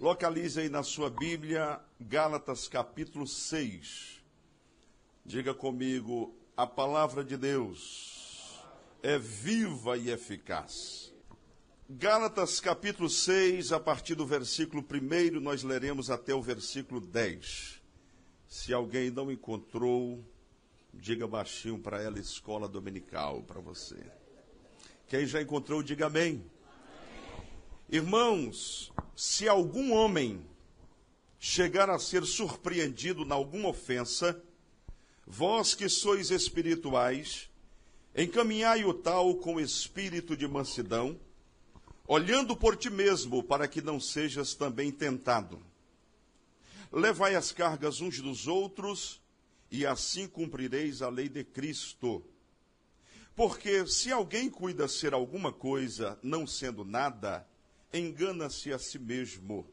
Localize aí na sua Bíblia, Gálatas capítulo 6. Diga comigo, a palavra de Deus é viva e eficaz. Gálatas capítulo 6, a partir do versículo 1, nós leremos até o versículo 10. Se alguém não encontrou, diga baixinho para ela, escola dominical para você. Quem já encontrou, diga amém. Irmãos, se algum homem chegar a ser surpreendido em alguma ofensa, vós que sois espirituais, encaminhai o tal com espírito de mansidão, olhando por ti mesmo, para que não sejas também tentado. Levai as cargas uns dos outros, e assim cumprireis a lei de Cristo. Porque se alguém cuida ser alguma coisa, não sendo nada, engana-se a si mesmo.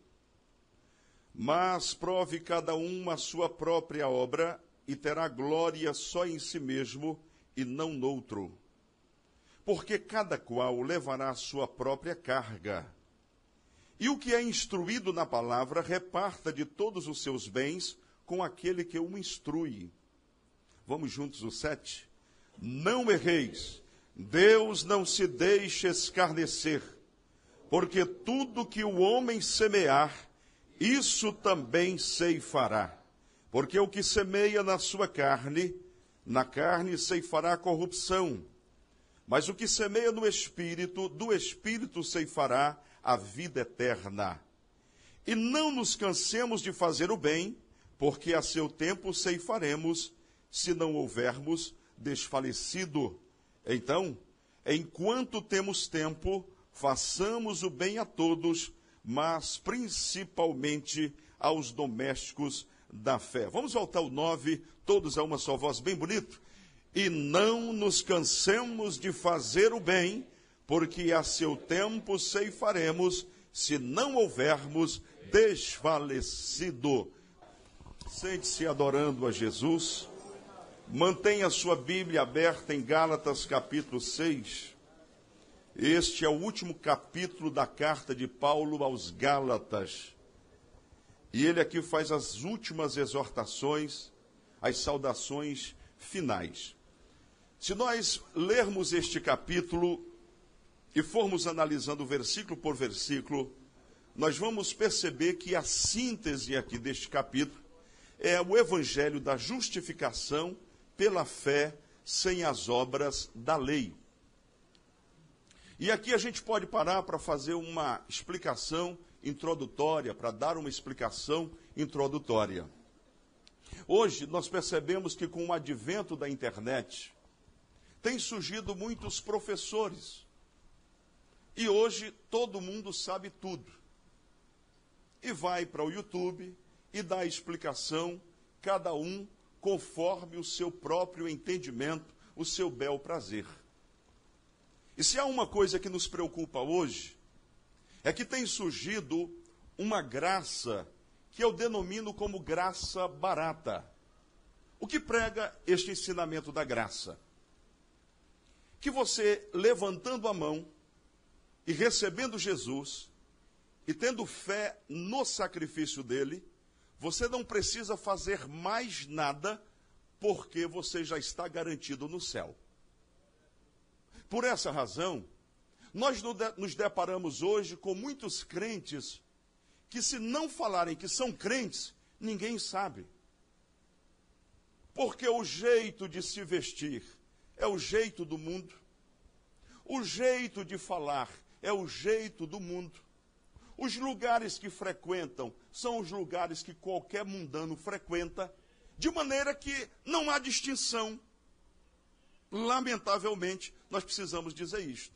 Mas prove cada um a sua própria obra, e terá glória só em si mesmo, e não noutro. Porque cada qual levará a sua própria carga. E o que é instruído na palavra, reparta de todos os seus bens com aquele que o instrui. Vamos juntos o 7? Não erreis, Deus não se deixe escarnecer, porque tudo que o homem semear, isso também ceifará. Porque o que semeia na sua carne, na carne ceifará corrupção. Mas o que semeia no Espírito, do Espírito ceifará a vida eterna. E não nos cansemos de fazer o bem, porque a seu tempo ceifaremos, se não houvermos desfalecido. Então, enquanto temos tempo, façamos o bem a todos, mas principalmente aos domésticos da fé. Vamos voltar ao 9, todos a uma só voz, bem bonito. E não nos cansemos de fazer o bem, porque a seu tempo ceifaremos, se não houvermos desfalecido. Sente-se adorando a Jesus. Mantenha a sua Bíblia aberta em Gálatas capítulo 6. Este é o último capítulo da carta de Paulo aos Gálatas. E ele aqui faz as últimas exortações, as saudações finais. Se nós lermos este capítulo e formos analisando versículo por versículo, nós vamos perceber que a síntese aqui deste capítulo é o evangelho da justificação pela fé, sem as obras da lei. E aqui a gente pode parar para fazer uma explicação introdutória, para dar uma explicação introdutória. Hoje nós percebemos que com o advento da internet, tem surgido muitos professores. E hoje todo mundo sabe tudo. E vai para o YouTube e dá a explicação, cada um conforme o seu próprio entendimento, o seu bel prazer. E se há uma coisa que nos preocupa hoje, é que tem surgido uma graça que eu denomino como graça barata. O que prega este ensinamento da graça? Que você, levantando a mão e recebendo Jesus, e tendo fé no sacrifício dele, você não precisa fazer mais nada, porque você já está garantido no céu. Por essa razão, nós nos deparamos hoje com muitos crentes que, se não falarem que são crentes, ninguém sabe. Porque o jeito de se vestir é o jeito do mundo, o jeito de falar é o jeito do mundo, os lugares que frequentam são os lugares que qualquer mundano frequenta, de maneira que não há distinção. Lamentavelmente, nós precisamos dizer isto.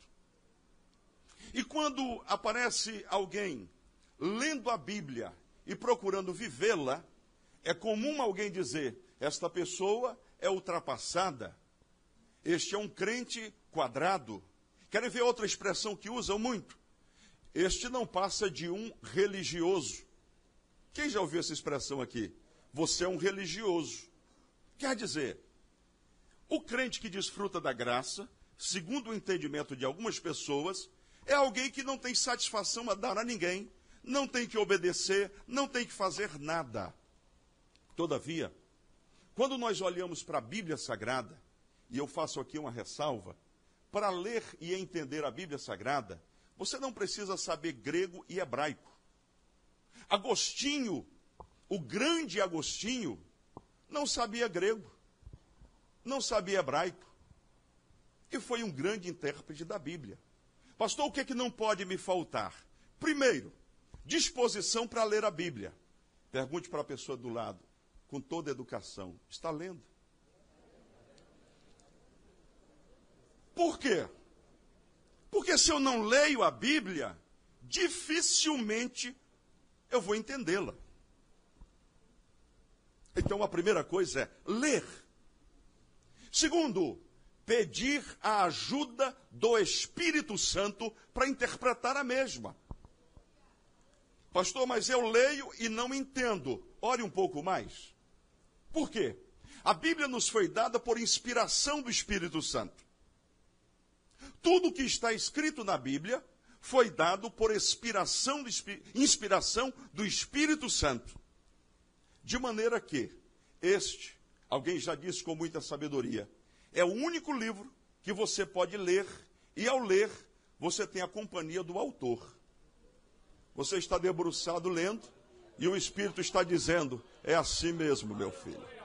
E quando aparece alguém lendo a Bíblia e procurando vivê-la, é comum alguém dizer, esta pessoa é ultrapassada, este é um crente quadrado. Querem ver outra expressão que usam muito? Este não passa de um religioso. Quem já ouviu essa expressão aqui? Você é um religioso. Quer dizer, o crente que desfruta da graça, segundo o entendimento de algumas pessoas, é alguém que não tem satisfação a dar a ninguém, não tem que obedecer, não tem que fazer nada. Todavia, quando nós olhamos para a Bíblia Sagrada, e eu faço aqui uma ressalva, para ler e entender a Bíblia Sagrada, você não precisa saber grego e hebraico. Agostinho, o grande Agostinho, não sabia grego, não sabia hebraico, e foi um grande intérprete da Bíblia. Pastor, o que é que não pode me faltar? Primeiro, disposição para ler a Bíblia. Pergunte para a pessoa do lado, com toda a educação, está lendo? Por quê? Porque se eu não leio a Bíblia, dificilmente eu vou entendê-la. Então a primeira coisa é ler. Segundo, pedir a ajuda do Espírito Santo para interpretar a mesma. Pastor, mas eu leio e não entendo. Ore um pouco mais. Por quê? A Bíblia nos foi dada por inspiração do Espírito Santo. Tudo que está escrito na Bíblia foi dado por inspiração do Espírito Santo. De maneira que este, alguém já disse com muita sabedoria, é o único livro que você pode ler, e ao ler, você tem a companhia do autor. Você está debruçado lendo, e o Espírito está dizendo, é assim mesmo, meu filho.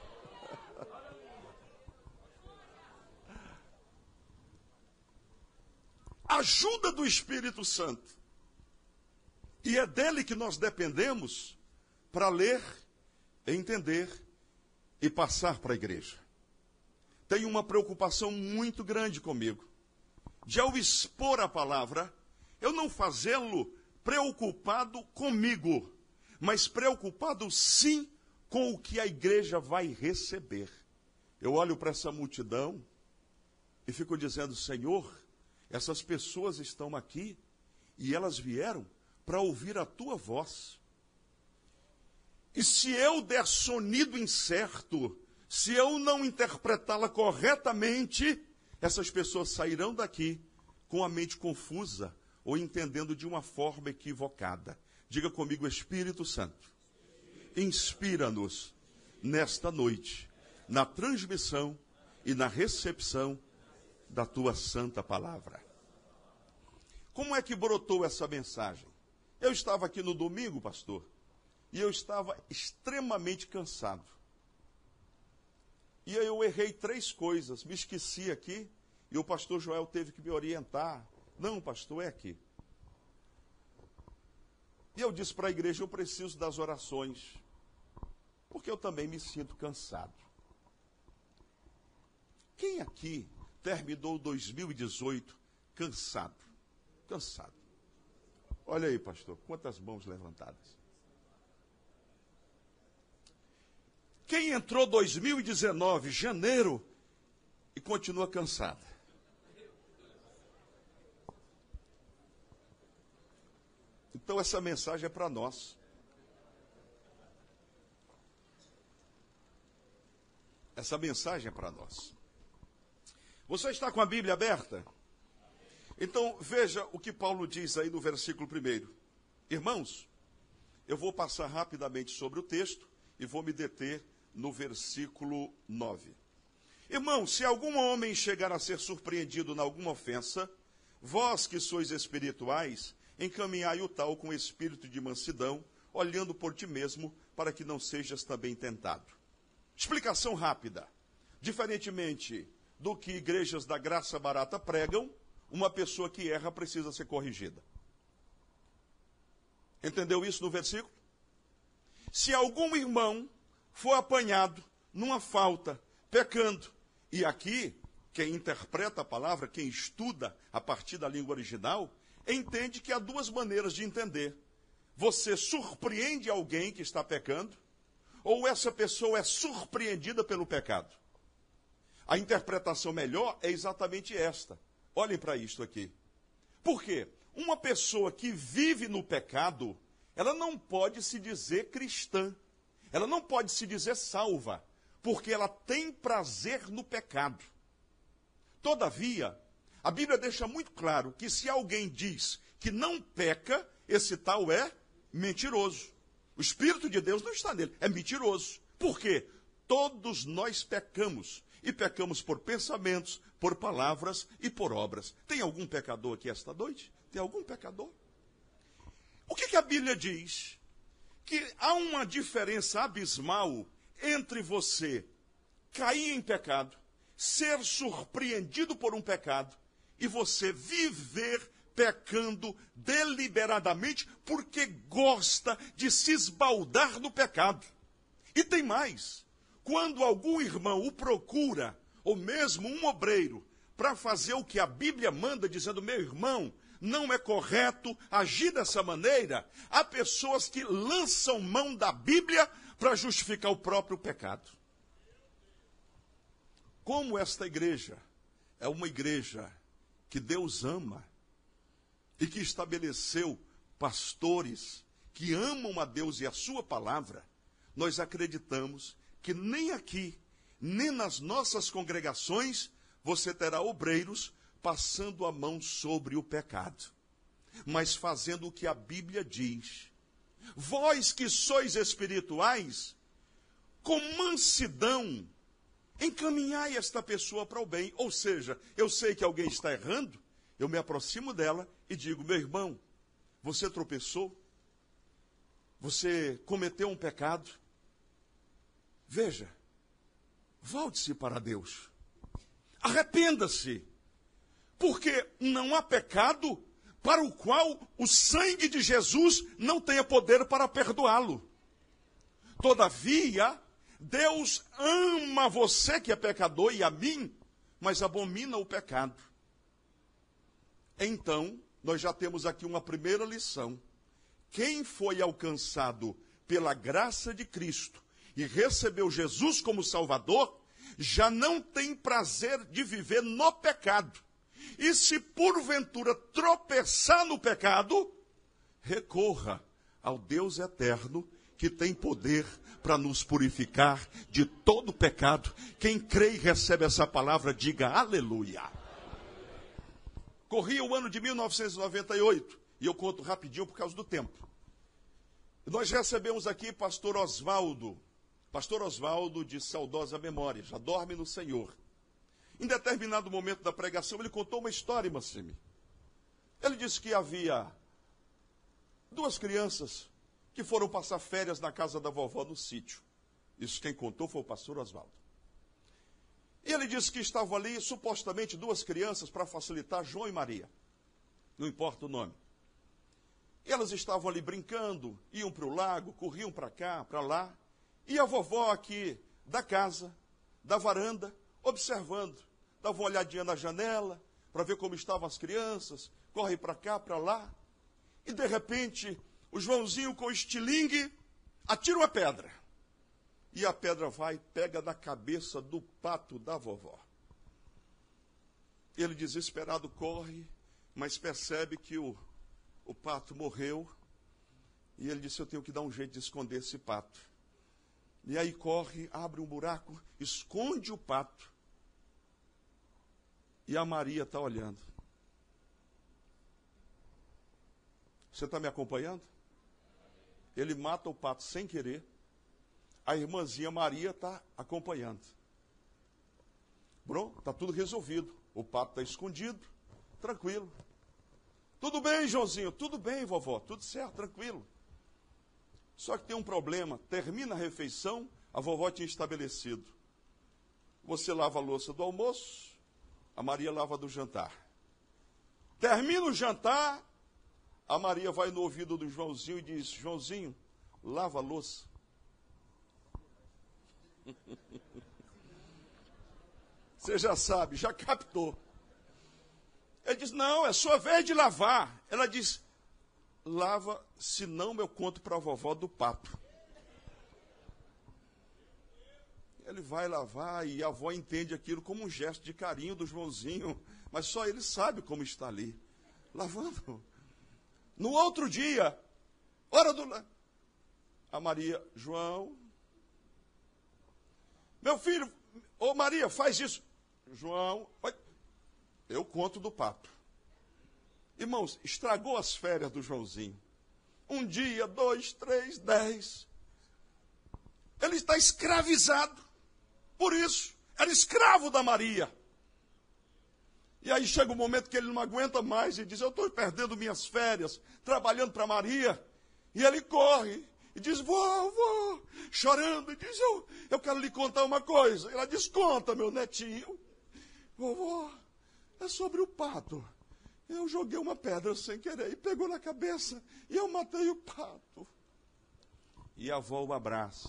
Ajuda do Espírito Santo. E é dele que nós dependemos para ler, entender e passar para a igreja. Tenho uma preocupação muito grande comigo, de ao expor a palavra, eu não fazê-lo preocupado comigo, mas preocupado sim com o que a igreja vai receber. Eu olho para essa multidão e fico dizendo, Senhor, essas pessoas estão aqui e elas vieram para ouvir a tua voz. E se eu der sonido incerto, se eu não interpretá-la corretamente, essas pessoas sairão daqui com a mente confusa ou entendendo de uma forma equivocada. Diga comigo, Espírito Santo, inspira-nos nesta noite, na transmissão e na recepção da tua santa palavra. Como é que brotou essa mensagem? Eu estava aqui no domingo, pastor, e eu estava extremamente cansado. E aí eu errei 3 coisas, me esqueci aqui, e o pastor Joel teve que me orientar. Não, pastor, é aqui. E eu disse para a igreja, eu preciso das orações, porque eu também me sinto cansado. Quem aqui terminou 2018 cansado? Cansado. Olha aí, pastor, quantas mãos levantadas. Quem entrou 2019, janeiro, e continua cansado? Então essa mensagem é para nós. Essa mensagem é para nós. Você está com a Bíblia aberta? Então veja o que Paulo diz aí no versículo 1. Irmãos, eu vou passar rapidamente sobre o texto e vou me deter no versículo 9. Irmãos, se algum homem chegar a ser surpreendido em alguma ofensa, vós que sois espirituais, encaminhai o tal com espírito de mansidão, olhando por ti mesmo, para que não sejas também tentado. Explicação rápida. Diferentemente do que igrejas da graça barata pregam, uma pessoa que erra precisa ser corrigida. Entendeu isso no versículo? Se algum irmão for apanhado numa falta, pecando, e aqui, quem interpreta a palavra, quem estuda a partir da língua original, entende que há 2 maneiras de entender. Você surpreende alguém que está pecando, ou essa pessoa é surpreendida pelo pecado. A interpretação melhor é exatamente esta. Olhem para isto aqui. Por quê? Uma pessoa que vive no pecado, ela não pode se dizer cristã. Ela não pode se dizer salva, porque ela tem prazer no pecado. Todavia, a Bíblia deixa muito claro que se alguém diz que não peca, esse tal é mentiroso. O Espírito de Deus não está nele, é mentiroso. Por quê? Todos nós pecamos. E pecamos por pensamentos, por palavras e por obras. Tem algum pecador aqui esta noite? Tem algum pecador? O que a Bíblia diz? Que há uma diferença abismal entre você cair em pecado, ser surpreendido por um pecado, e você viver pecando deliberadamente porque gosta de se esbaldar no pecado. E tem mais. Quando algum irmão o procura, ou mesmo um obreiro, para fazer o que a Bíblia manda, dizendo, meu irmão, não é correto agir dessa maneira, há pessoas que lançam mão da Bíblia para justificar o próprio pecado. Como esta igreja é uma igreja que Deus ama e que estabeleceu pastores que amam a Deus e a sua palavra, nós acreditamos que nem aqui, nem nas nossas congregações, você terá obreiros passando a mão sobre o pecado, mas fazendo o que a Bíblia diz. Vós que sois espirituais, com mansidão, encaminhai esta pessoa para o bem. Ou seja, eu sei que alguém está errando, eu me aproximo dela e digo, meu irmão, você tropeçou, você cometeu um pecado, veja, volte-se para Deus, arrependa-se, porque não há pecado para o qual o sangue de Jesus não tenha poder para perdoá-lo. Todavia, Deus ama você que é pecador e a mim, mas abomina o pecado. Então, nós já temos aqui uma primeira lição. Quem foi alcançado pela graça de Cristo e recebeu Jesus como Salvador, já não tem prazer de viver no pecado. E se porventura tropeçar no pecado, recorra ao Deus eterno, que tem poder para nos purificar de todo pecado. Quem crê e recebe essa palavra, diga aleluia. Corria o ano de 1998, e eu conto rapidinho por causa do tempo. Nós recebemos aqui pastor Oswaldo de saudosa memória, já dorme no Senhor. Em determinado momento da pregação, ele contou uma história, Massime. Ele disse que havia duas crianças que foram passar férias na casa da vovó no sítio. Isso quem contou foi o pastor Oswaldo. E ele disse que estavam ali, supostamente, duas crianças para facilitar, João e Maria. Não importa o nome. E elas estavam ali brincando, iam para o lago, corriam para cá, para lá. E a vovó aqui da casa, da varanda, observando. Dava uma olhadinha na janela, para ver como estavam as crianças, corre para cá, para lá. E de repente, o Joãozinho com o estilingue atira uma pedra. E a pedra vai, pega na cabeça do pato da vovó. Ele, desesperado, corre, mas percebe que o pato morreu. E ele disse, eu tenho que dar um jeito de esconder esse pato. E aí corre, abre um buraco, esconde o pato. E a Maria está olhando. Você está me acompanhando? Ele mata o pato sem querer. A irmãzinha Maria está acompanhando. Pronto, está tudo resolvido. O pato está escondido, tranquilo. Tudo bem, Joãozinho? Tudo bem, vovó, tudo certo, tranquilo. Só que tem um problema. Termina a refeição, a vovó tinha estabelecido. Você lava a louça do almoço, a Maria lava do jantar. Termina o jantar, a Maria vai no ouvido do Joãozinho e diz, Joãozinho, lava a louça. Você já sabe, já captou. Ele diz, não, é sua vez de lavar. Ela diz, lava, senão eu conto para a vovó do pato. Ele vai lavar e a avó entende aquilo como um gesto de carinho do Joãozinho, mas só ele sabe como está ali, lavando. No outro dia, hora do... A Maria, João, meu filho, ô Maria, faz isso. João, eu conto do pato. Irmãos, estragou as férias do Joãozinho. Um dia, 2, 3, 10. Ele está escravizado. Por isso, era escravo da Maria. E aí chega um momento que ele não aguenta mais e diz, eu estou perdendo minhas férias, trabalhando para Maria. E ele corre e diz, vou, chorando, e diz, eu quero lhe contar uma coisa. Ela diz, conta, meu netinho. Vovô, é sobre o pato. Eu joguei uma pedra sem querer e pegou na cabeça e eu matei o pato. E a avó o abraça.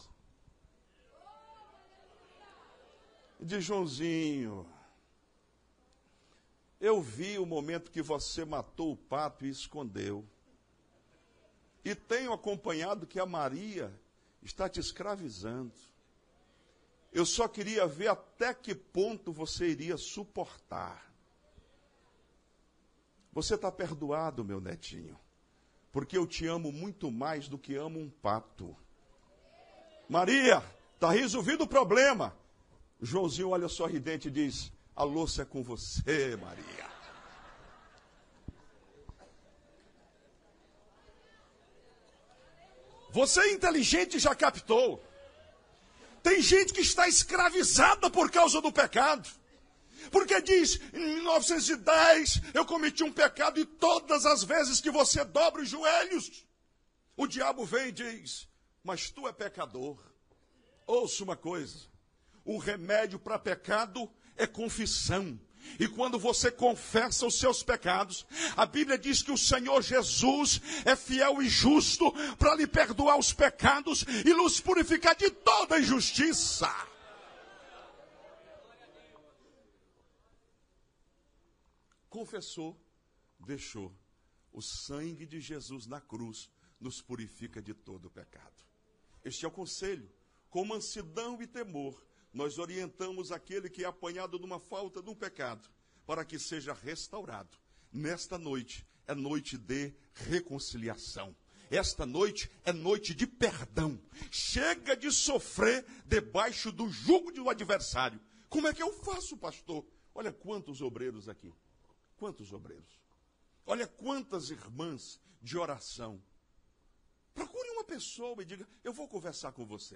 E diz, Joãozinho, eu vi o momento que você matou o pato e escondeu. E tenho acompanhado que a Maria está te escravizando. Eu só queria ver até que ponto você iria suportar. Você está perdoado, meu netinho, porque eu te amo muito mais do que amo um pato. Maria, está resolvido o problema. Joãozinho olha sorridente e diz, a louça é com você, Maria. Você é inteligente e já captou. Tem gente que está escravizada por causa do pecado. Porque diz, em 1910, eu cometi um pecado e todas as vezes que você dobra os joelhos, o diabo vem e diz, mas tu é pecador. Ouça uma coisa, o remédio para pecado é confissão. E quando você confessa os seus pecados, a Bíblia diz que o Senhor Jesus é fiel e justo para lhe perdoar os pecados e nos purificar de toda injustiça. Confessou, deixou. O sangue de Jesus na cruz nos purifica de todo o pecado. Este é o conselho. Com mansidão e temor, nós orientamos aquele que é apanhado numa falta de um pecado, para que seja restaurado. Nesta noite é noite de reconciliação. Esta noite é noite de perdão. Chega de sofrer debaixo do jugo do adversário. Como é que eu faço, pastor? Olha quantos obreiros aqui. Quantos obreiros? Olha quantas irmãs de oração. Procure uma pessoa e diga, eu vou conversar com você.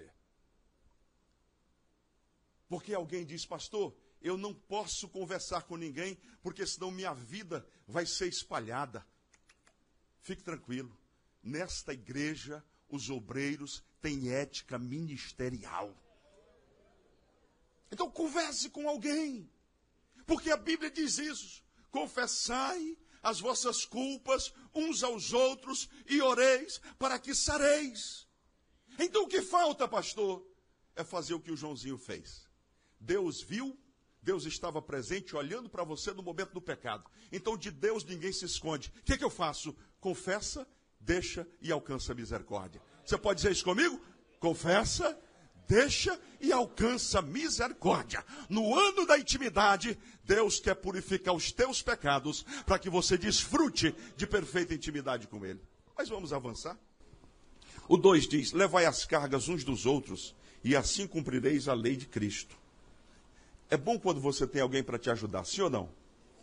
Porque alguém diz, pastor, eu não posso conversar com ninguém, porque senão minha vida vai ser espalhada. Fique tranquilo. Nesta igreja, os obreiros têm ética ministerial. Então converse com alguém. Porque a Bíblia diz isso. Confessai as vossas culpas uns aos outros e oreis para que sareis. Então o que falta, pastor? É fazer o que o Joãozinho fez. Deus viu, Deus estava presente, olhando para você no momento do pecado. Então de Deus ninguém se esconde. O que eu faço? Confessa, deixa e alcança a misericórdia. Você pode dizer isso comigo? Confessa, deixa e alcança misericórdia. No ano da intimidade, Deus quer purificar os teus pecados para que você desfrute de perfeita intimidade com Ele. Mas vamos avançar. O 2 diz, levai as cargas uns dos outros e assim cumprireis a lei de Cristo. É bom quando você tem alguém para te ajudar, sim ou não?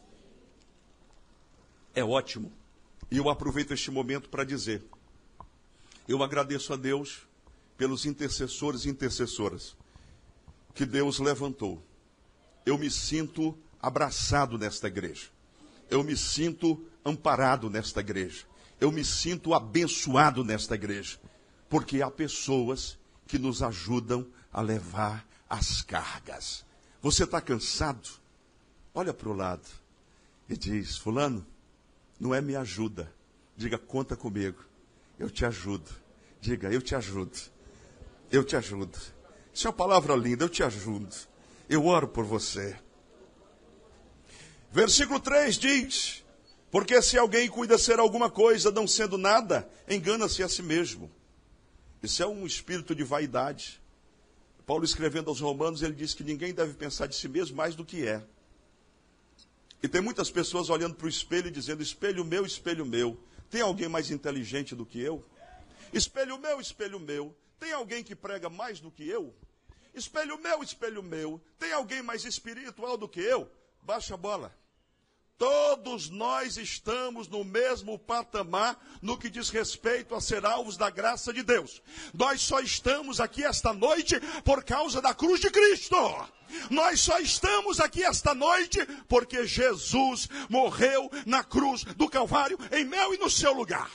É ótimo. E eu aproveito este momento para dizer, eu agradeço a Deus pelos intercessores e intercessoras que Deus levantou. Eu me sinto abraçado nesta igreja. Eu me sinto amparado nesta igreja. Eu me sinto abençoado nesta igreja. Porque há pessoas que nos ajudam a levar as cargas. Você está cansado? Olha para o lado e diz, fulano, não é me ajuda. Diga, conta comigo. Eu te ajudo. Diga, eu te ajudo. Eu te ajudo. Isso é uma palavra linda, eu te ajudo. Eu oro por você. Versículo 3 diz, porque se alguém cuida ser alguma coisa, não sendo nada, engana-se a si mesmo. Isso é um espírito de vaidade. Paulo escrevendo aos Romanos, ele diz que ninguém deve pensar de si mesmo mais do que é. E tem muitas pessoas olhando para o espelho e dizendo, espelho meu, tem alguém mais inteligente do que eu? Espelho meu, tem alguém que prega mais do que eu? Espelho meu, tem alguém mais espiritual do que eu? Baixa a bola. Todos nós estamos no mesmo patamar no que diz respeito a ser alvos da graça de Deus. Nós só estamos aqui esta noite por causa da cruz de Cristo. Nós só estamos aqui esta noite porque Jesus morreu na cruz do Calvário em meu e no seu lugar.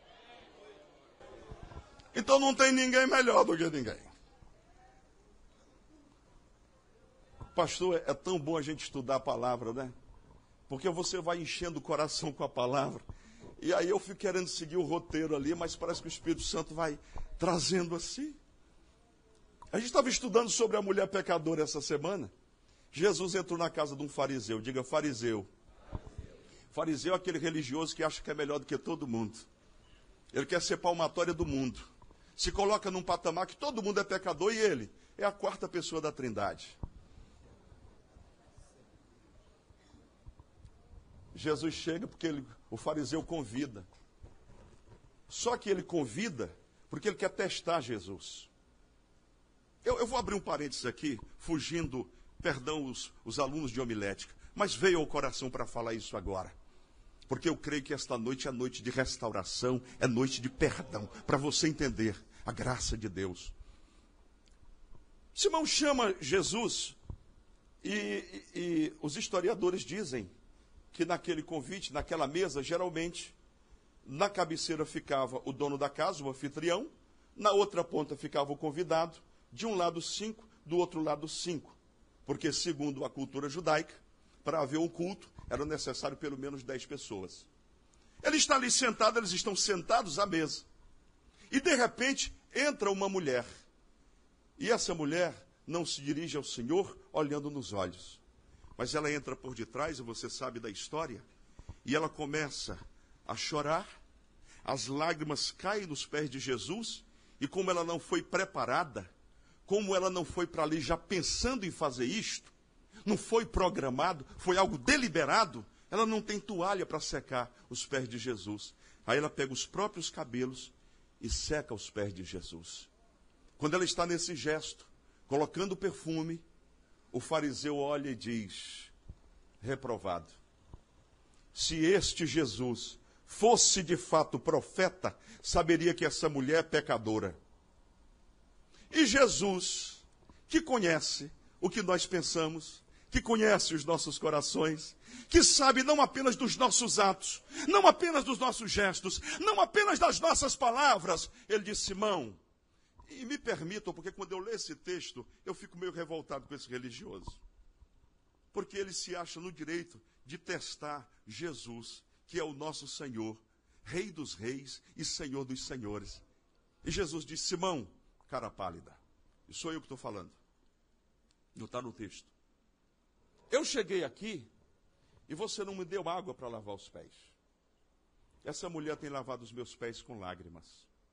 Então não tem ninguém melhor do que ninguém. Pastor, é tão bom a gente estudar a palavra, né? Porque você vai enchendo o coração com a palavra. E aí eu fico querendo seguir o roteiro ali, mas parece que o Espírito Santo vai trazendo assim. A gente estava estudando sobre a mulher pecadora essa semana. Jesus entrou na casa de um fariseu. Diga, fariseu. Fariseu é aquele religioso que acha que é melhor do que todo mundo. Ele quer ser palmatória do mundo. Se coloca num patamar que todo mundo é pecador e ele é a quarta pessoa da Trindade. Jesus chega porque o fariseu convida. Só que ele convida porque ele quer testar Jesus. Eu vou abrir um parênteses aqui, fugindo, perdão os alunos de homilética, mas veio ao coração para falar isso agora. Porque eu creio que esta noite é noite de restauração, é noite de perdão, para você entender a graça de Deus. Simão chama Jesus e os historiadores dizem que naquele convite, naquela mesa, geralmente, na cabeceira ficava o dono da casa, o anfitrião, na outra ponta ficava o convidado, de um lado 5, do outro lado 5. Porque, segundo a cultura judaica, para haver um culto, era necessário pelo menos 10 pessoas. Ele está ali sentado, eles estão sentados à mesa. E, de repente, entra uma mulher. E essa mulher não se dirige ao Senhor olhando nos olhos. Mas ela entra por detrás, e você sabe da história, e ela começa a chorar, as lágrimas caem nos pés de Jesus, e como ela não foi preparada, como ela não foi para ali já pensando em fazer isto, não foi programado, foi algo deliberado, ela não tem toalha para secar os pés de Jesus. Aí ela pega os próprios cabelos e seca os pés de Jesus. Quando ela está nesse gesto, colocando perfume, o fariseu olha e diz, reprovado. Se este Jesus fosse de fato profeta, saberia que essa mulher é pecadora. E Jesus, que conhece o que nós pensamos, que conhece os nossos corações, que sabe não apenas dos nossos atos, não apenas dos nossos gestos, não apenas das nossas palavras, ele disse, Simão, e me permitam, porque quando eu leio esse texto, eu fico meio revoltado com esse religioso. Porque ele se acha no direito de testar Jesus, que é o nosso Senhor, Rei dos reis e Senhor dos senhores. E Jesus disse, Simão, cara pálida, e sou eu que estou falando. Não está no texto. Eu cheguei aqui e você não me deu água para lavar os pés. Essa mulher tem lavado os meus pés com lágrimas.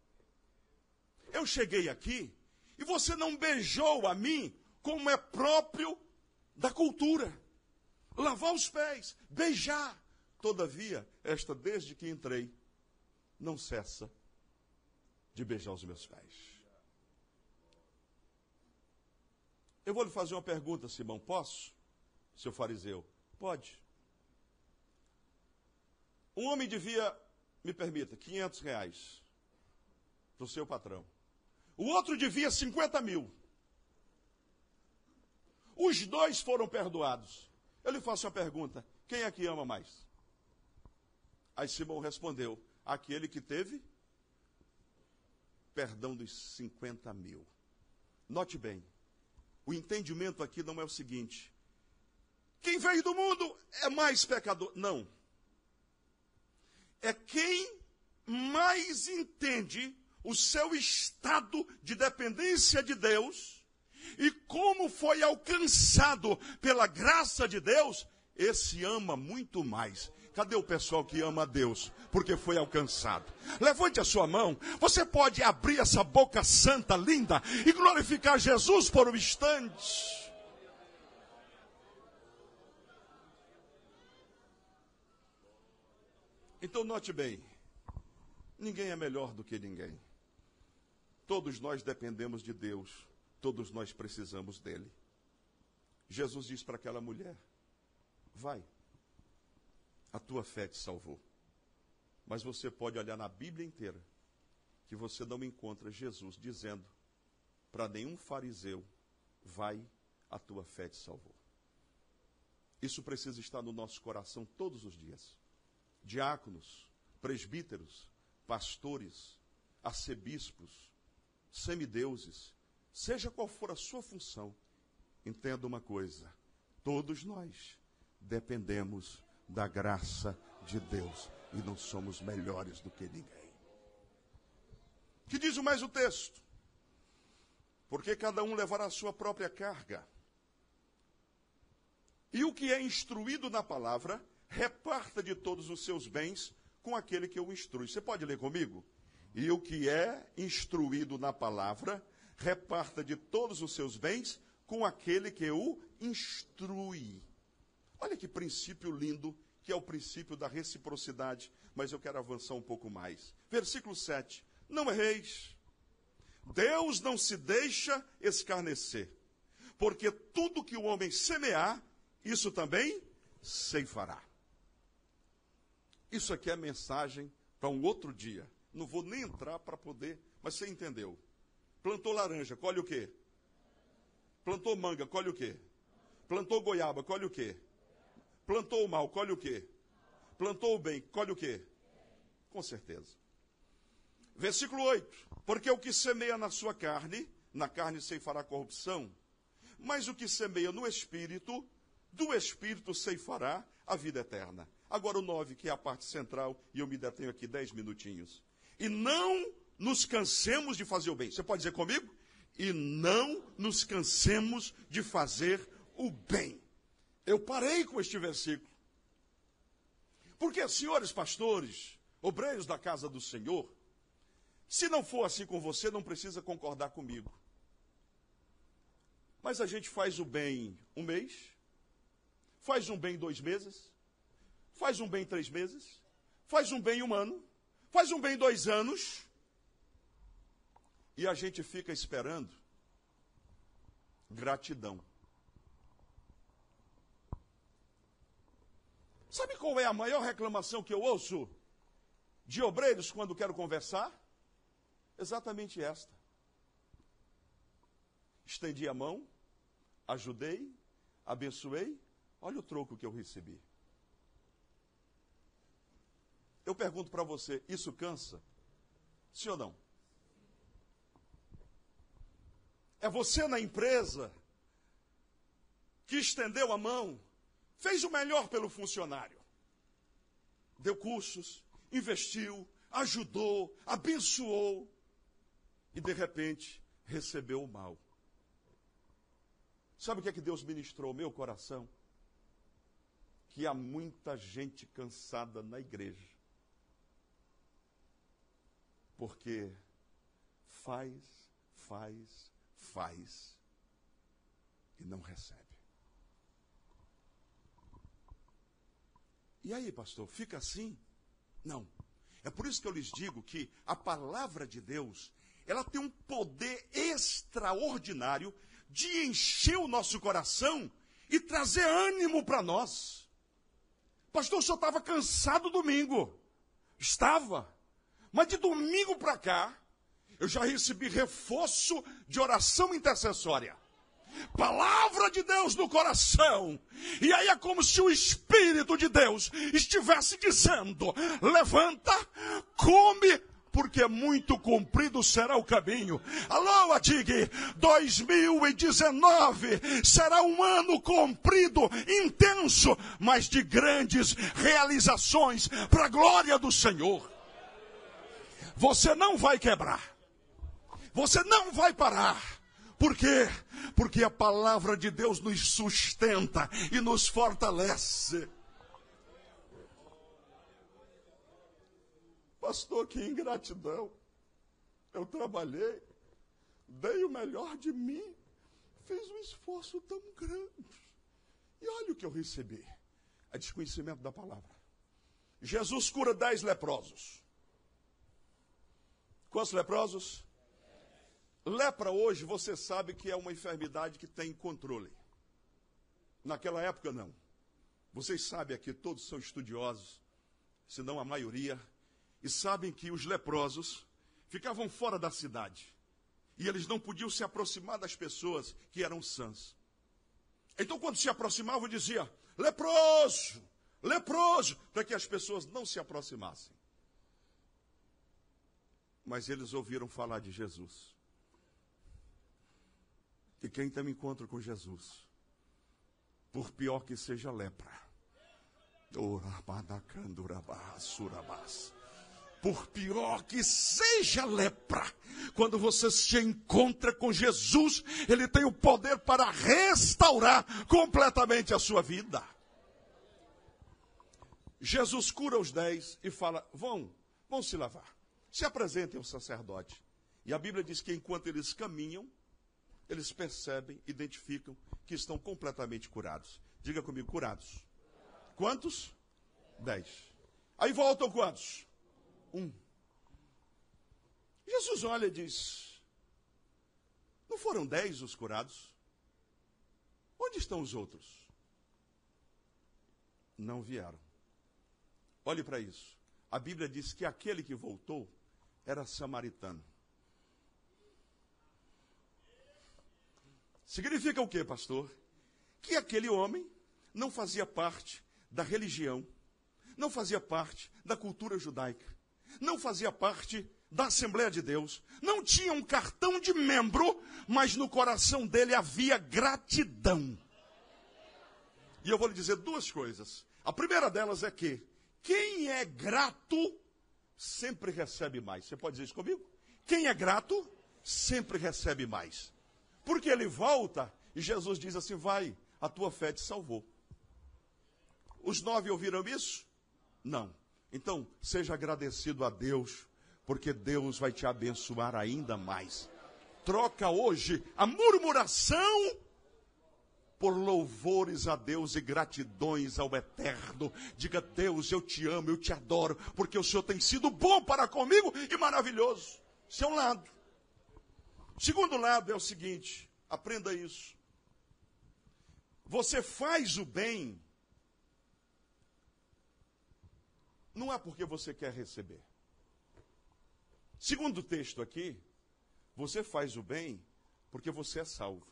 Eu cheguei aqui e você não beijou a mim como é próprio da cultura. Lavar os pés, beijar. Todavia, esta desde que entrei, não cessa de beijar os meus pés. Eu vou lhe fazer uma pergunta, Simão, posso? Seu fariseu, pode. Um homem devia, me permita, R$500 para o seu patrão. O outro devia 50 mil. Os dois foram perdoados. Eu lhe faço uma pergunta, quem é que ama mais? Aí Simão respondeu, aquele que teve perdão dos 50 mil. Note bem, o entendimento aqui não é o seguinte, quem veio do mundo é mais pecador. Não. É quem mais entende o seu estado de dependência de Deus e como foi alcançado pela graça de Deus, esse ama muito mais. Cadê o pessoal que ama a Deus? Porque foi alcançado. Levante a sua mão. Você pode abrir essa boca santa, linda, e glorificar Jesus por um instante. Então note bem, ninguém é melhor do que ninguém. Todos nós dependemos de Deus, todos nós precisamos dele. Jesus disse para aquela mulher, vai, a tua fé te salvou. Mas você pode olhar na Bíblia inteira que você não encontra Jesus dizendo para nenhum fariseu, vai, a tua fé te salvou. Isso precisa estar no nosso coração todos os dias. Diáconos, presbíteros, pastores, arcebispos, semideuses, seja qual for a sua função, entenda uma coisa, todos nós dependemos da graça de Deus e não somos melhores do que ninguém. Que diz mais o texto? Porque cada um levará a sua própria carga. E o que é instruído na palavra, reparta de todos os seus bens com aquele que o instrui. Você pode ler comigo? E o que é instruído na palavra, reparta de todos os seus bens com aquele que o instrui. Olha que princípio lindo, que é o princípio da reciprocidade, mas eu quero avançar um pouco mais. Versículo 7. Não erreis. Deus não se deixa escarnecer, porque tudo que o homem semear, isso também ceifará. Isso aqui é mensagem para um outro dia. Não vou nem entrar para poder, mas você entendeu. Plantou laranja, colhe o quê? Plantou manga, colhe o quê? Plantou goiaba, colhe o quê? Plantou o mal, colhe o quê? Plantou o bem, colhe o quê? Com certeza. Versículo 8. Porque o que semeia na sua carne, na carne ceifará corrupção, mas o que semeia no Espírito, do Espírito ceifará a vida eterna. Agora o 9, que é a parte central, e eu me detenho aqui 10 minutinhos. E não nos cansemos de fazer o bem. Você pode dizer comigo? E não nos cansemos de fazer o bem. Eu parei com este versículo. Porque, senhores pastores, obreiros da casa do Senhor, se não for assim com você, não precisa concordar comigo. Mas a gente faz o bem um mês, faz um bem 2 meses, faz um bem 3 meses, faz um bem 1 ano, faz um bem 2 anos, e a gente fica esperando gratidão. Sabe qual é a maior reclamação que eu ouço de obreiros quando quero conversar? Exatamente esta. Estendi a mão, ajudei, abençoei, olha o troco que eu recebi. Eu pergunto para você, isso cansa? Sim ou não? É você na empresa que estendeu a mão, fez o melhor pelo funcionário. Deu cursos, investiu, ajudou, abençoou. E de repente, recebeu o mal. Sabe o que é que Deus ministrou ao meu coração? Que há muita gente cansada na igreja. Porque faz e não recebe. E aí, pastor, fica assim? Não. É por isso que eu lhes digo que a palavra de Deus, ela tem um poder extraordinário de encher o nosso coração e trazer ânimo para nós. Pastor, o senhor estava cansado domingo. Estava. Mas de domingo para cá, eu já recebi reforço de oração intercessória. Palavra de Deus no coração. E aí é como se o Espírito de Deus estivesse dizendo: levanta, come, porque muito comprido será o caminho. Alô, Adig, 2019 será um ano comprido, intenso, mas de grandes realizações para a glória do Senhor. Você não vai quebrar. Você não vai parar. Por quê? Porque a palavra de Deus nos sustenta e nos fortalece. Pastor, que ingratidão. Eu trabalhei, dei o melhor de mim, fiz um esforço tão grande. E olha o que eu recebi. É desconhecimento da palavra. Jesus cura 10 leprosos. Quantos leprosos? Lepra hoje, você sabe que é uma enfermidade que tem controle. Naquela época, não. Vocês sabem aqui, todos são estudiosos, se não a maioria, e sabem que os leprosos ficavam fora da cidade. E eles não podiam se aproximar das pessoas que eram sãs. Então, quando se aproximavam, dizia, leproso, leproso, para que as pessoas não se aproximassem. Mas eles ouviram falar de Jesus. E quem tem um encontro com Jesus, por pior que seja lepra, por pior que seja lepra, quando você se encontra com Jesus, Ele tem o poder para restaurar completamente a sua vida. Jesus cura os 10 e fala, vão se lavar, se apresentem ao sacerdote. E a Bíblia diz que enquanto eles caminham, eles percebem, identificam que estão completamente curados. Diga comigo, curados. Quantos? 10. Aí voltam quantos? 1. Jesus olha e diz, não foram 10 os curados? Onde estão os outros? Não vieram. Olhe para isso. A Bíblia diz que aquele que voltou era samaritano. Significa o quê, pastor? Que aquele homem não fazia parte da religião, não fazia parte da cultura judaica, não fazia parte da Assembleia de Deus, não tinha um cartão de membro, mas no coração dele havia gratidão. E eu vou lhe dizer 2 coisas. A primeira delas é que quem é grato sempre recebe mais. Você pode dizer isso comigo? Quem é grato sempre recebe mais. Porque ele volta e Jesus diz assim, vai, a tua fé te salvou. Os 9 ouviram isso? Não. Então, seja agradecido a Deus, porque Deus vai te abençoar ainda mais. Troca hoje a murmuração por louvores a Deus e gratidões ao Eterno. Diga, Deus, eu te amo, eu te adoro, porque o Senhor tem sido bom para comigo e maravilhoso. Esse é um lado. Segundo lado é o seguinte, aprenda isso. Você faz o bem, não é porque você quer receber. Segundo o texto aqui, você faz o bem porque você é salvo.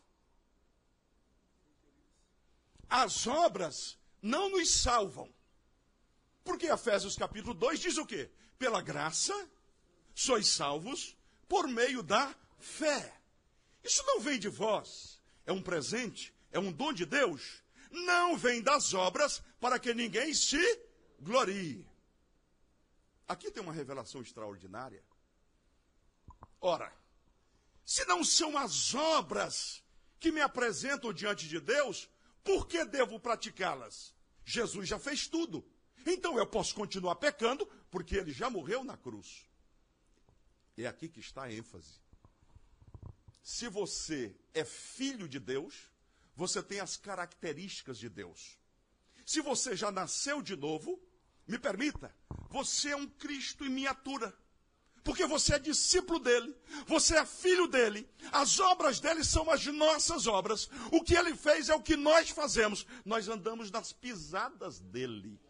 As obras não nos salvam. Porque Efésios capítulo 2 diz o quê? Pela graça, sois salvos por meio da fé. Isso não vem de vós, é um presente, é um dom de Deus. Não vem das obras para que ninguém se glorie. Aqui tem uma revelação extraordinária. Ora, se não são as obras que me apresentam diante de Deus, por que devo praticá-las? Jesus já fez tudo. Então eu posso continuar pecando, porque ele já morreu na cruz. É aqui que está a ênfase. Se você é filho de Deus, você tem as características de Deus. Se você já nasceu de novo, me permita, você é um Cristo em miniatura. Porque você é discípulo dele, você é filho dele, as obras dele são as nossas obras. O que ele fez é o que nós fazemos. Nós andamos nas pisadas dele.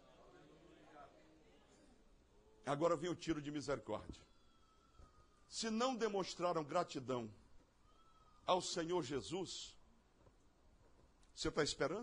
Agora vem o tiro de misericórdia. Se não demonstraram gratidão ao Senhor Jesus, você está esperando?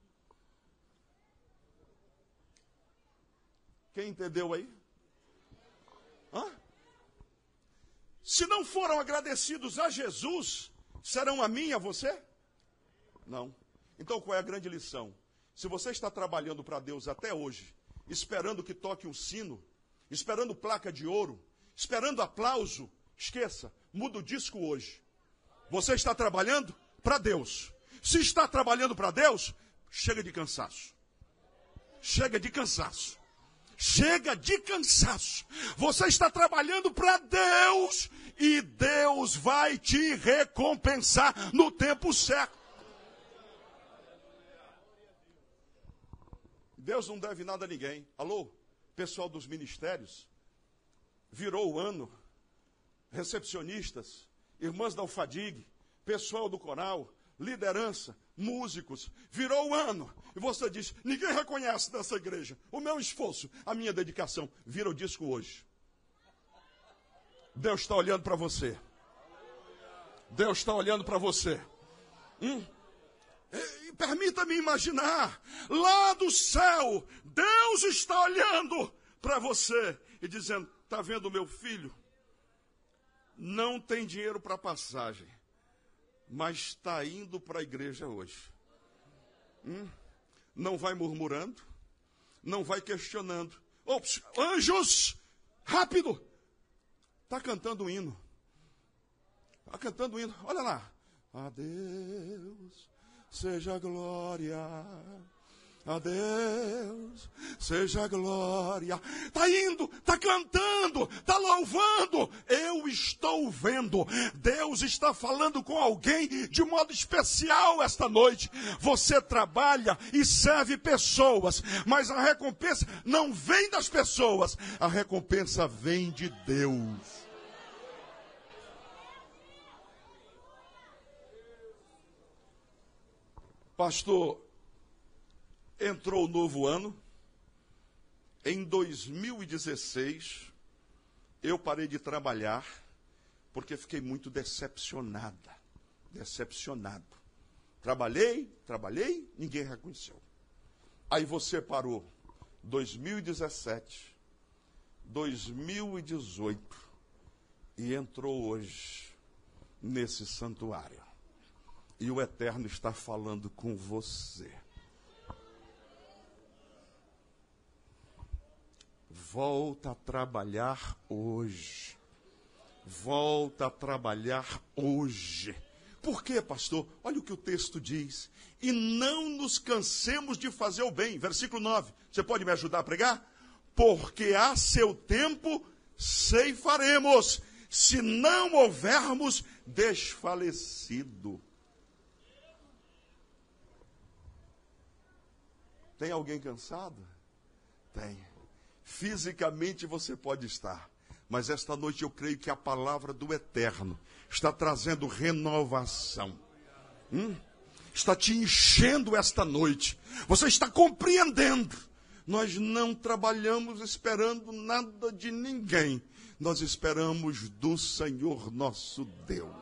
Quem entendeu aí? Hã? Se não foram agradecidos a Jesus, serão a mim e a você? Não. Então qual é a grande lição? Se você está trabalhando para Deus até hoje, esperando que toque um sino, esperando placa de ouro, esperando aplauso, esqueça, muda o disco hoje. Você está trabalhando para Deus. Se está trabalhando para Deus, chega de cansaço. Chega de cansaço. Chega de cansaço. Você está trabalhando para Deus e Deus vai te recompensar no tempo certo. Deus não deve nada a ninguém. Alô, pessoal dos ministérios, virou o ano, recepcionistas, irmãs da Alfadig, pessoal do coral, liderança, músicos. Virou o ano e você diz: ninguém reconhece nessa igreja o meu esforço, a minha dedicação. Vira o disco hoje. Deus está olhando para você. Deus está olhando para você. Permita-me imaginar, lá do céu, Deus está olhando para você e dizendo: está vendo meu filho? Não tem dinheiro para passagem, mas está indo para a igreja hoje. Não vai murmurando, não vai questionando. Ops, anjos, rápido! Está cantando um hino. Está cantando um hino. Olha lá. A Deus seja a glória. A Deus seja a glória. Está indo, está cantando, está louvando. Eu estou vendo. Deus está falando com alguém de modo especial esta noite. Você trabalha e serve pessoas, mas a recompensa não vem das pessoas. A recompensa vem de Deus. Pastor, entrou o novo ano. Em 2016, eu parei de trabalhar porque fiquei muito decepcionado. Trabalhei, ninguém reconheceu. Aí você parou 2017, 2018 e entrou hoje nesse santuário. E o Eterno está falando com você. Volta a trabalhar hoje. Volta a trabalhar hoje. Por quê, pastor? Olha o que o texto diz. E não nos cansemos de fazer o bem. Versículo 9. Você pode me ajudar a pregar? Porque a seu tempo ceifaremos, se não houvermos desfalecido. Tem alguém cansado? Tem. Fisicamente você pode estar. Mas esta noite eu creio que a palavra do Eterno está trazendo renovação. Está te enchendo esta noite. Você está compreendendo. Nós não trabalhamos esperando nada de ninguém. Nós esperamos do Senhor nosso Deus.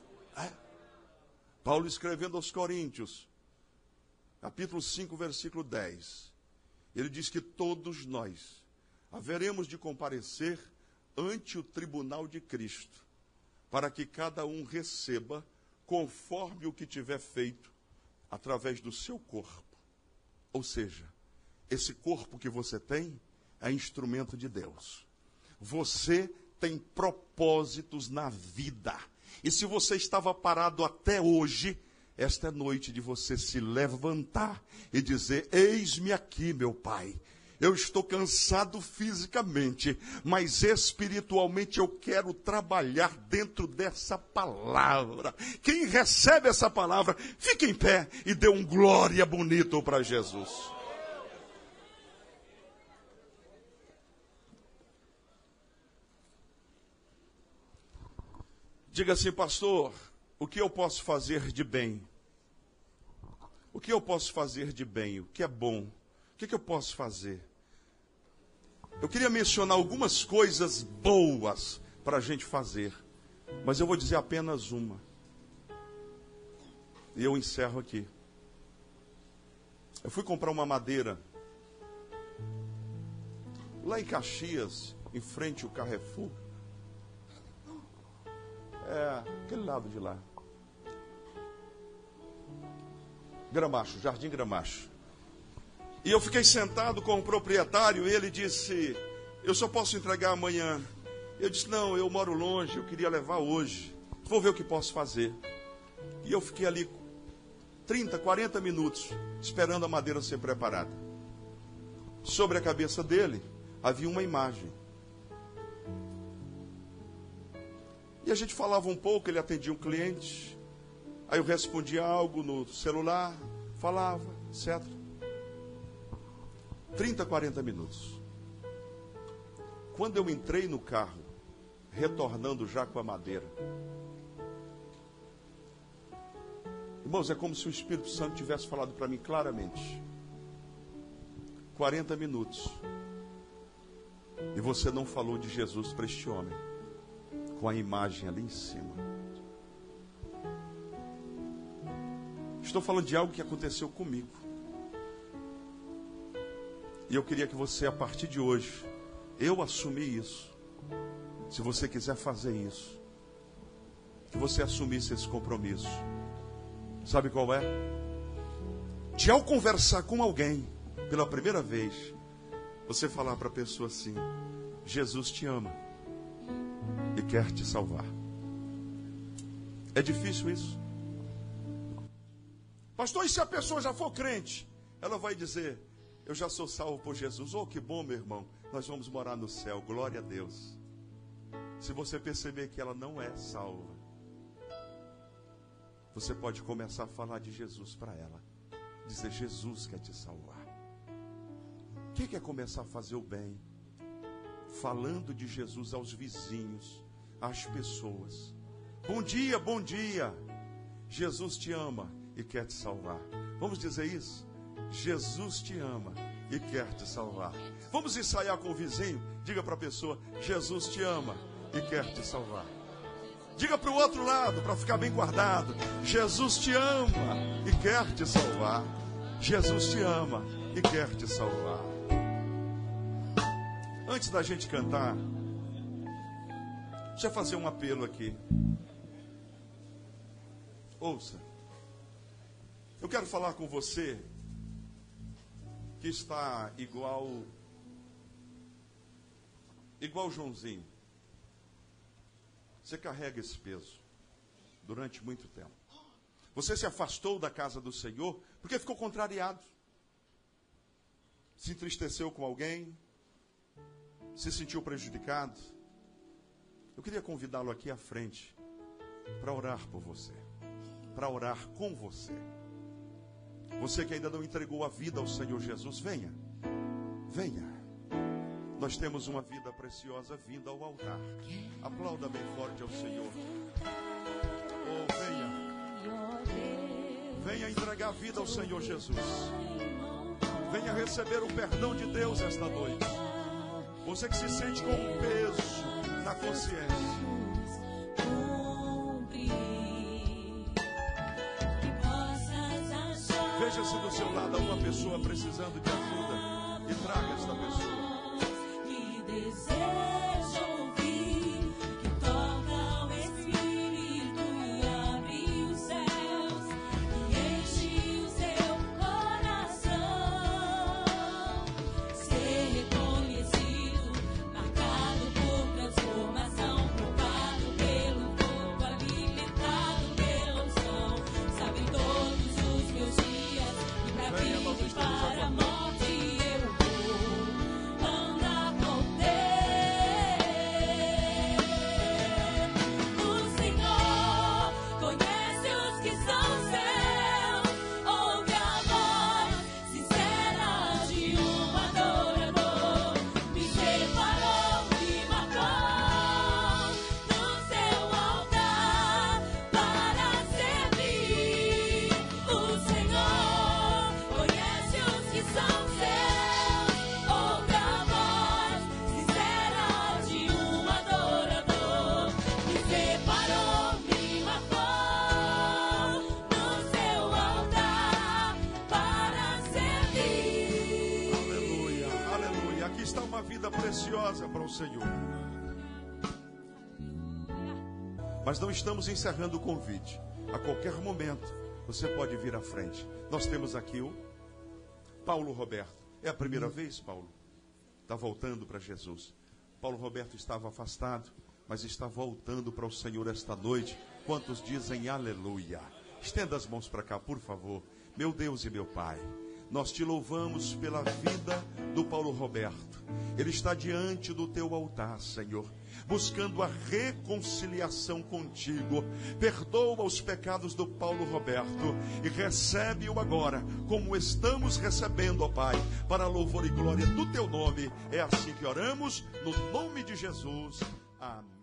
Paulo escrevendo aos Coríntios, capítulo 5, versículo 10. Ele diz que todos nós haveremos de comparecer ante o tribunal de Cristo, para que cada um receba conforme o que tiver feito através do seu corpo. Ou seja, esse corpo que você tem é instrumento de Deus. Você tem propósitos na vida. E se você estava parado até hoje, esta é noite de você se levantar e dizer: eis-me aqui, meu Pai. Eu estou cansado fisicamente, mas espiritualmente eu quero trabalhar dentro dessa palavra. Quem recebe essa palavra, fique em pé e dê um glória bonito para Jesus. Diga assim: pastor, o que eu posso fazer de bem? O que eu posso fazer de bem? O que é bom? O que eu posso fazer? Eu queria mencionar algumas coisas boas para a gente fazer, mas eu vou dizer apenas uma. E eu encerro aqui. Eu fui comprar uma madeira lá em Caxias, em frente ao Carrefour. Aquele lado de lá. Gramacho, Jardim Gramacho. E eu fiquei sentado com o proprietário e ele disse: eu só posso entregar amanhã. Eu disse: não, eu moro longe, eu queria levar hoje. Vou ver o que posso fazer. E eu fiquei ali 30, 40 minutos esperando a madeira ser preparada. Sobre a cabeça dele havia uma imagem. E a gente falava um pouco, ele atendia um cliente. Aí eu respondia algo no celular, falava, etc. 30, 40 minutos. Quando eu entrei no carro, retornando já com a madeira, Irmãos, é como se o Espírito Santo tivesse falado para mim claramente. 40 minutos. E você não falou de Jesus para este homem. Com a imagem ali em cima. Estou falando de algo que aconteceu comigo. E eu queria que você, a partir de hoje, eu assumi isso. Se você quiser fazer isso, que você assumisse esse compromisso. Sabe qual é? De ao conversar com alguém pela primeira vez, você falar para a pessoa assim: Jesus te ama e quer te salvar. É difícil isso? Pastor, e se a pessoa já for crente? Ela vai dizer: eu já sou salvo por Jesus. Oh, que bom, meu irmão, nós vamos morar no céu, glória a Deus. Se você perceber que ela não é salva, você pode começar a falar de Jesus para ela. Dizer: Jesus quer te salvar. Quem quer começar a fazer o bem? Falando de Jesus aos vizinhos, às pessoas. Bom dia, bom dia. Jesus te ama e quer te salvar. Vamos dizer isso? Jesus te ama e quer te salvar. Vamos ensaiar com o vizinho? Diga para a pessoa: Jesus te ama e quer te salvar. Diga para o outro lado, para ficar bem guardado: Jesus te ama e quer te salvar. Jesus te ama e quer te salvar. Antes da gente cantar, deixa eu fazer um apelo aqui. Ouça. Eu quero falar com você que está igual Joãozinho. Você carrega esse peso durante muito tempo. Você se afastou da casa do Senhor porque ficou contrariado. Se entristeceu com alguém, se sentiu prejudicado. Eu queria convidá-lo aqui à frente para orar por você, para orar com você. Você que ainda não entregou a vida ao Senhor Jesus, venha, venha. Nós temos uma vida preciosa vinda ao altar. Aplauda bem forte ao Senhor. Oh, venha. Venha entregar a vida ao Senhor Jesus. Venha receber o perdão de Deus esta noite. Você que se sente com um peso na consciência. Veja se do seu lado há uma pessoa precisando de ajuda e traga esta pessoa. Que deseja ouvir, que toca o Espírito e abre os céus, que enche o seu coração, ser reconhecido, marcado por transformação, provado pelo fogo, alimentado pela unção, sabe todos os meus dias. Venha, nós estamos Para a morte eu vou andar com Deus. O Senhor conhece os que são seus, ouve a voz sincera de um adorador. Me separou, me marcou no seu altar para servir. O Senhor conhece os que são seus, ouve a voz sincera de um adorador. Me separou, me marcou no seu altar para servir. Aleluia, aleluia. Aqui está uma vida preciosa para o Senhor. Mas não estamos encerrando o convite. A qualquer momento você pode vir à frente. Nós temos aqui o Paulo Roberto. É a primeira vez, Paulo? Está voltando para Jesus. Paulo Roberto estava afastado, mas está voltando para o Senhor esta noite. Quantos dizem aleluia? Estenda as mãos para cá, por favor. Meu Deus e meu Pai, nós te louvamos pela vida do Paulo Roberto. Ele está diante do teu altar, Senhor, buscando a reconciliação contigo. Perdoa os pecados do Paulo Roberto e recebe-o agora, como estamos recebendo, ó Pai, para louvor e glória do teu nome. É assim que oramos, no nome de Jesus. Amém.